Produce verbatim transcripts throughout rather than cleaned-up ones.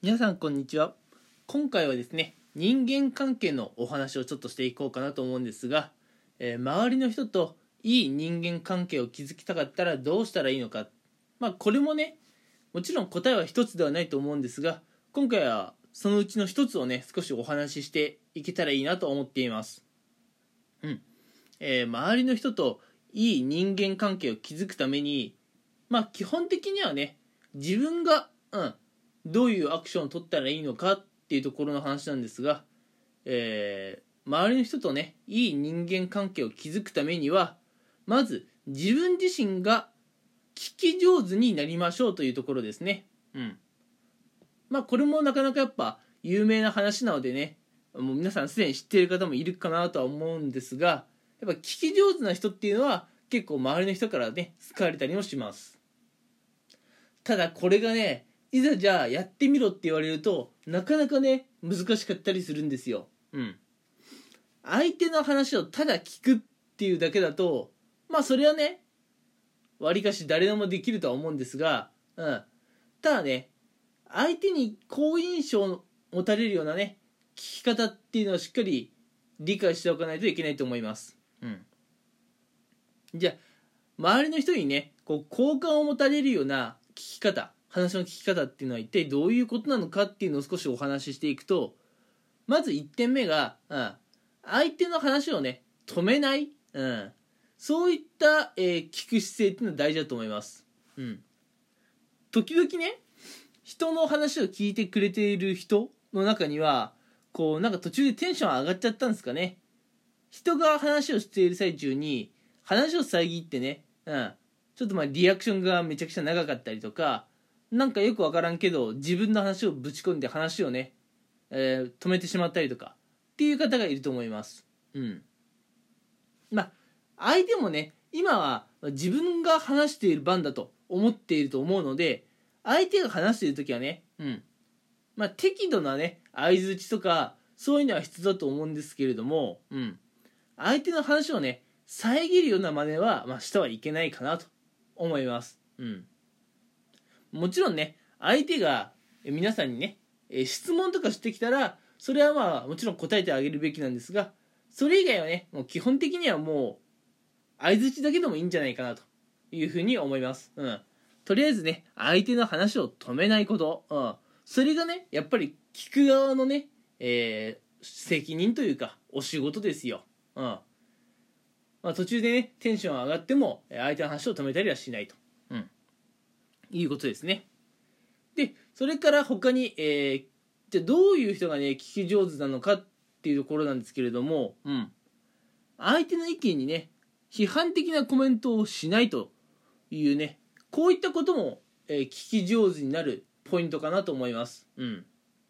皆さんこんにちは。今回はですね、人間関係のお話をちょっとしていこうかなと思うんですが、えー周りの人といい人間関係を築きたかったらどうしたらいいのか。まあこれもね、もちろん答えは一つではないと思うんですが、今回はそのうちの一つをね、少しお話ししていけたらいいなと思っています。うん。えー周りの人といい人間関係を築くために、まあ基本的にはね、自分が、うん、どういうアクションを取ったらいいのかっていうところの話なんですが、えー周りの人とね、いい人間関係を築くためには、まず自分自身が聞き上手になりましょうというところですね。うん。まあこれもなかなかやっぱ有名な話なのでね、もう皆さんすでに知っている方もいるかなとは思うんですが、やっぱ聞き上手な人っていうのは結構周りの人からね、好かれたりもします。ただこれがね、いざじゃあやってみろって言われるとなかなかね、難しかったりするんですよ。うん。相手の話をただ聞くっていうだけだと、まあそれはね、わりかし誰でもできるとは思うんですが、うん。ただね、相手に好印象を持たれるようなね、聞き方っていうのをしっかり理解しておかないといけないと思います。うん。じゃあ、周りの人にね、こう好感を持たれるような聞き方、話の聞き方っていうのは一体どういうことなのかっていうのを少しお話ししていくと、まずいってんめが、うん、相手の話をね、止めない、うん、そういった、えー聞く姿勢っていうのは大事だと思います。うん。時々ね、人の話を聞いてくれている人の中には、こうなんか途中でテンション上がっちゃったんですかね。人が話をしている最中に話を遮ってね、うん、ちょっとまあリアクションがめちゃくちゃ長かったりとか、なんかよくわからんけど自分の話をぶち込んで話をね、えー止めてしまったりとかっていう方がいると思います。うん。まあ相手もね、今は自分が話している番だと思っていると思うので、相手が話している時はね、うん、まあ適度なね相槌とかそういうのは必要だと思うんですけれども、うん、相手の話をね遮るような真似は、まあ、してはいけないかなと思います。うん。もちろんね、相手がえ皆さんにね、え質問とかしてきたら、それはまあもちろん答えてあげるべきなんですが、それ以外はね、もう基本的にはもう相槌だけでもいいんじゃないかなというふうに思います。うん。とりあえずね、相手の話を止めないこと、うん。それがね、やっぱり聞く側のね、えー責任というか、お仕事ですよ。うん。まあ、途中でねテンション上がっても相手の話を止めたりはしないと、うん、いうことですね。でそれから他に、えー、じゃあどういう人がね聞き上手なのかっていうところなんですけれども、うん、相手の意見にね批判的なコメントをしないというね、こういったことも、えー、聞き上手になるポイントかなと思います。うん。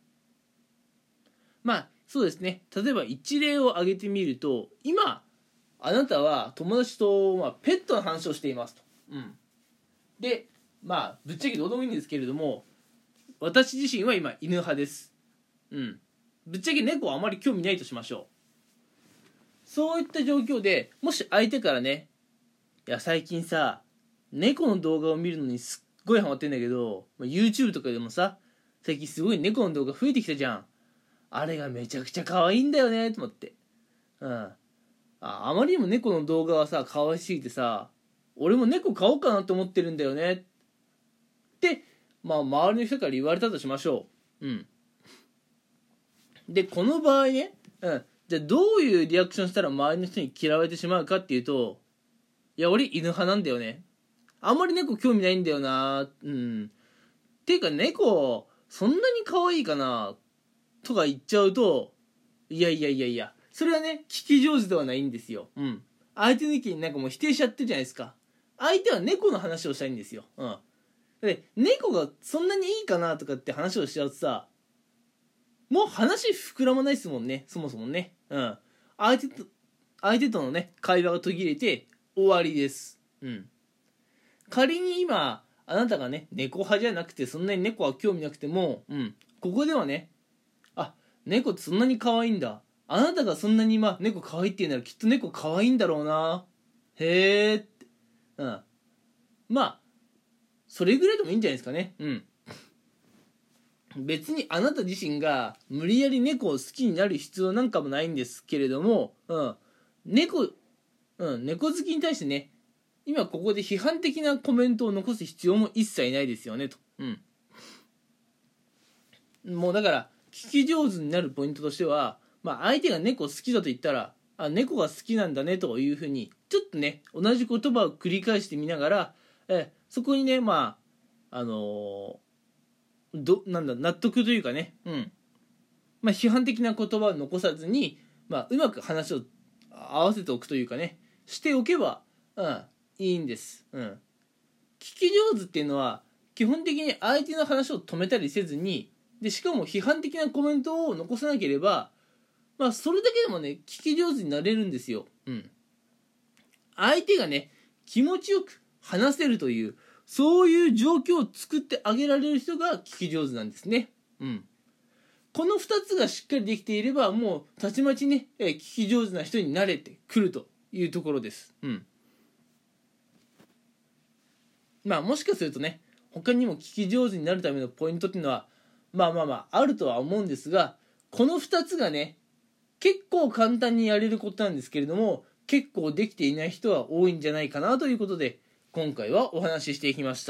まあそうですね、例えば一例を挙げてみると、今あなたは友達と、まあ、ペットの話をしていますと。うん。で、まあ、ぶっちゃけどうでもいいんですけれども、私自身は今、犬派です。うん。ぶっちゃけ猫はあまり興味ないとしましょう。そういった状況で、もし相手からね、いや、最近さ、猫の動画を見るのにすっごいハマってんだけど、まあ YouTube とかでもさ、最近すごい猫の動画増えてきたじゃん。あれがめちゃくちゃ可愛いんだよね、と思って。うん。ああまりにも猫の動画はさ可愛すぎてさ、俺も猫飼おうかなって思ってるんだよねって、まあ周りの人から言われたとしましょう。うん。でこの場合ね、うん、じゃあどういうリアクションしたら周りの人に嫌われてしまうかっていうと、いや俺犬派なんだよね、あんまり猫興味ないんだよな、うんっていうか猫そんなに可愛いかなとか言っちゃうと、いやいやいやいや、それはね聞き上手ではないんですよ。うん。相手の意見になんかもう否定しちゃってるじゃないですか。相手は猫の話をしたいんですよ。うん。で猫がそんなにいいかなとかって話をしちゃうとさ、もう話膨らまないですもんね、そもそもね。うん。相手と相手とのね会話が途切れて終わりです。うん。仮に今あなたがね猫派じゃなくて、そんなに猫は興味なくても、うん、ここではね、あ、猫ってそんなに可愛いんだ、あなたがそんなにまあ猫可愛いって言うならきっと猫可愛いんだろうな、へえって、うん、まあそれぐらいでもいいんじゃないですかね。うん。 別にあなた自身が無理やり猫を好きになる必要なんかもないんですけれども、うん、猫、うん、猫好きに対してね、今ここで批判的なコメントを残す必要も一切ないですよねと。うん、もうだから聞き上手になるポイントとしては、まあ、相手が猫好きだと言ったら、あ、猫が好きなんだねというふうにちょっとね同じ言葉を繰り返してみながら、えそこにねまああのー、どなんだ納得というかね、うんまあ、批判的な言葉を残さずに、まあ、うまく話を合わせておくというかねしておけば、うん、いいんです、うん、聞き上手っていうのは基本的に相手の話を止めたりせずに、でしかも批判的なコメントを残さなければ、まあそれだけでもね聞き上手になれるんですよ。うん。相手がね気持ちよく話せるというそういう状況を作ってあげられる人が聞き上手なんですね。うん。このふたつがしっかりできていればもうたちまちね聞き上手な人になれてくるというところです。うん。まあもしかするとね他にも聞き上手になるためのポイントっていうのはまあまあまああるとは思うんですが、このふたつがね結構簡単にやれることなんですけれども結構できていない人は多いんじゃないかなということで今回はお話ししていきました。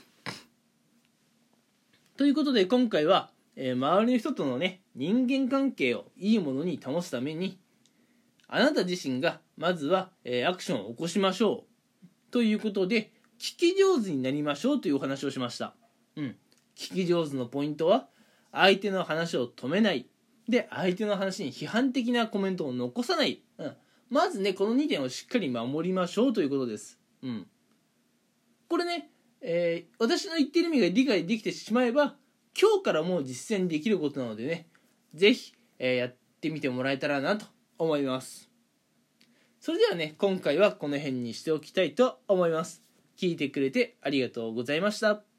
ということで今回は、えー、周りの人とのね人間関係をいいものに保つためにあなた自身がまずは、えー、アクションを起こしましょうということで聞き上手になりましょうというお話をしました。うん、聞き上手のポイントは相手の話を止めないで相手の話に批判的なコメントを残さない、うん、まずねこのにてんをしっかり守りましょうということです。うん、これね、えー、私の言っている意味が理解できてしまえば今日からもう実践できることなのでねぜひ、えー、やってみてもらえたらなと思います。それではね今回はこの辺にしておきたいと思います。聞いてくれてありがとうございました。